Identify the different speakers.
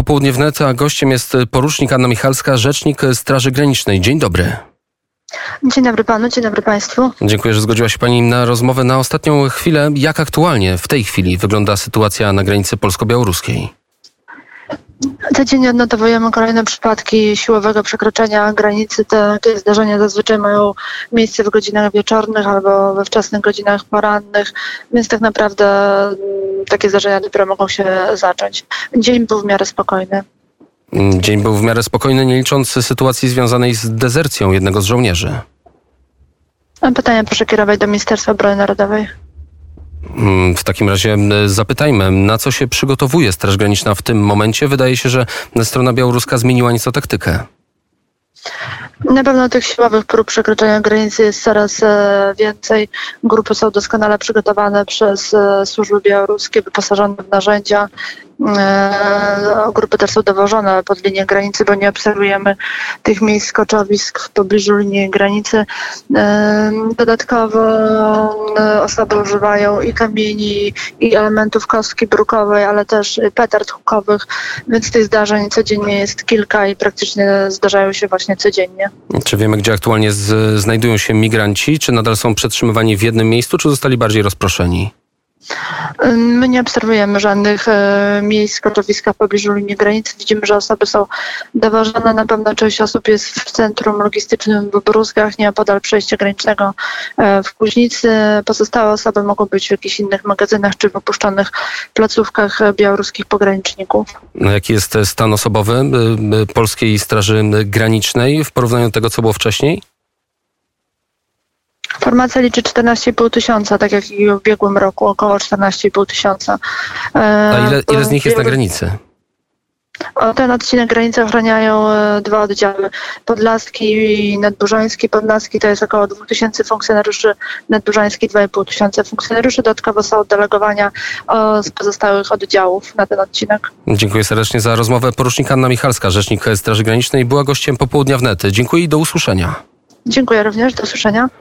Speaker 1: Popołudnie wnet, a gościem jest porucznik Anna Michalska, rzecznik Straży Granicznej. Dzień dobry.
Speaker 2: Dzień dobry panu, dzień dobry państwu.
Speaker 1: Dziękuję, że zgodziła się pani na rozmowę na ostatnią chwilę. Jak aktualnie w tej chwili wygląda sytuacja na granicy polsko-białoruskiej?
Speaker 2: Codziennie odnotowujemy kolejne przypadki siłowego przekroczenia granicy. Takie zdarzenia zazwyczaj mają miejsce w godzinach wieczornych albo we wczesnych godzinach porannych, więc tak naprawdę takie zdarzenia dopiero mogą się zacząć. Dzień był w miarę spokojny.
Speaker 1: Dzień był w miarę spokojny, nie licząc sytuacji związanej z dezercją jednego z żołnierzy.
Speaker 2: Pytania proszę kierować do Ministerstwa Obrony Narodowej.
Speaker 1: W takim razie zapytajmy, na co się przygotowuje Straż Graniczna w tym momencie? Wydaje się, że strona białoruska zmieniła nieco taktykę.
Speaker 2: Na pewno tych siłowych prób przekroczenia granicy jest coraz więcej. Grupy są doskonale przygotowane przez służby białoruskie, wyposażone w narzędzia. Grupy też są dowożone pod linię granicy, bo nie obserwujemy tych miejsc koczowisk w pobliżu linii granicy. Dodatkowo osoby używają i kamieni, i elementów kostki brukowej, ale też petard hukowych, więc tych zdarzeń codziennie jest kilka i praktycznie zdarzają się właśnie codziennie.
Speaker 1: Czy wiemy, gdzie aktualnie znajdują się migranci? Czy nadal są przetrzymywani w jednym miejscu, czy zostali bardziej rozproszeni?
Speaker 2: My nie obserwujemy żadnych miejsc koczowiska w pobliżu linii granicy. Widzimy, że osoby są dowożone. Na pewno część osób jest w centrum logistycznym w Bruzgach, nieopodal przejścia granicznego w Kuźnicy. Pozostałe osoby mogą być w jakichś innych magazynach czy w opuszczonych placówkach białoruskich pograniczników.
Speaker 1: Jaki jest stan osobowy Polskiej Straży Granicznej w porównaniu do tego, co było wcześniej?
Speaker 2: Formacja liczy 14,5 tysiąca, tak jak i w ubiegłym roku, około 14,5 tysiąca.
Speaker 1: A ile z nich jest na granicy?
Speaker 2: Ten odcinek granicy ochraniają dwa oddziały. Podlaski i Nadburzański. Podlaski to jest około 2000 funkcjonariuszy, Nadburzański 2500 funkcjonariuszy. Dodatkowo są oddelegowania z pozostałych oddziałów na ten odcinek.
Speaker 1: Dziękuję serdecznie za rozmowę. Porucznik Anna Michalska, rzecznik Straży Granicznej, była gościem Popołudnia wnet. Dziękuję i do usłyszenia.
Speaker 2: Dziękuję również, do usłyszenia.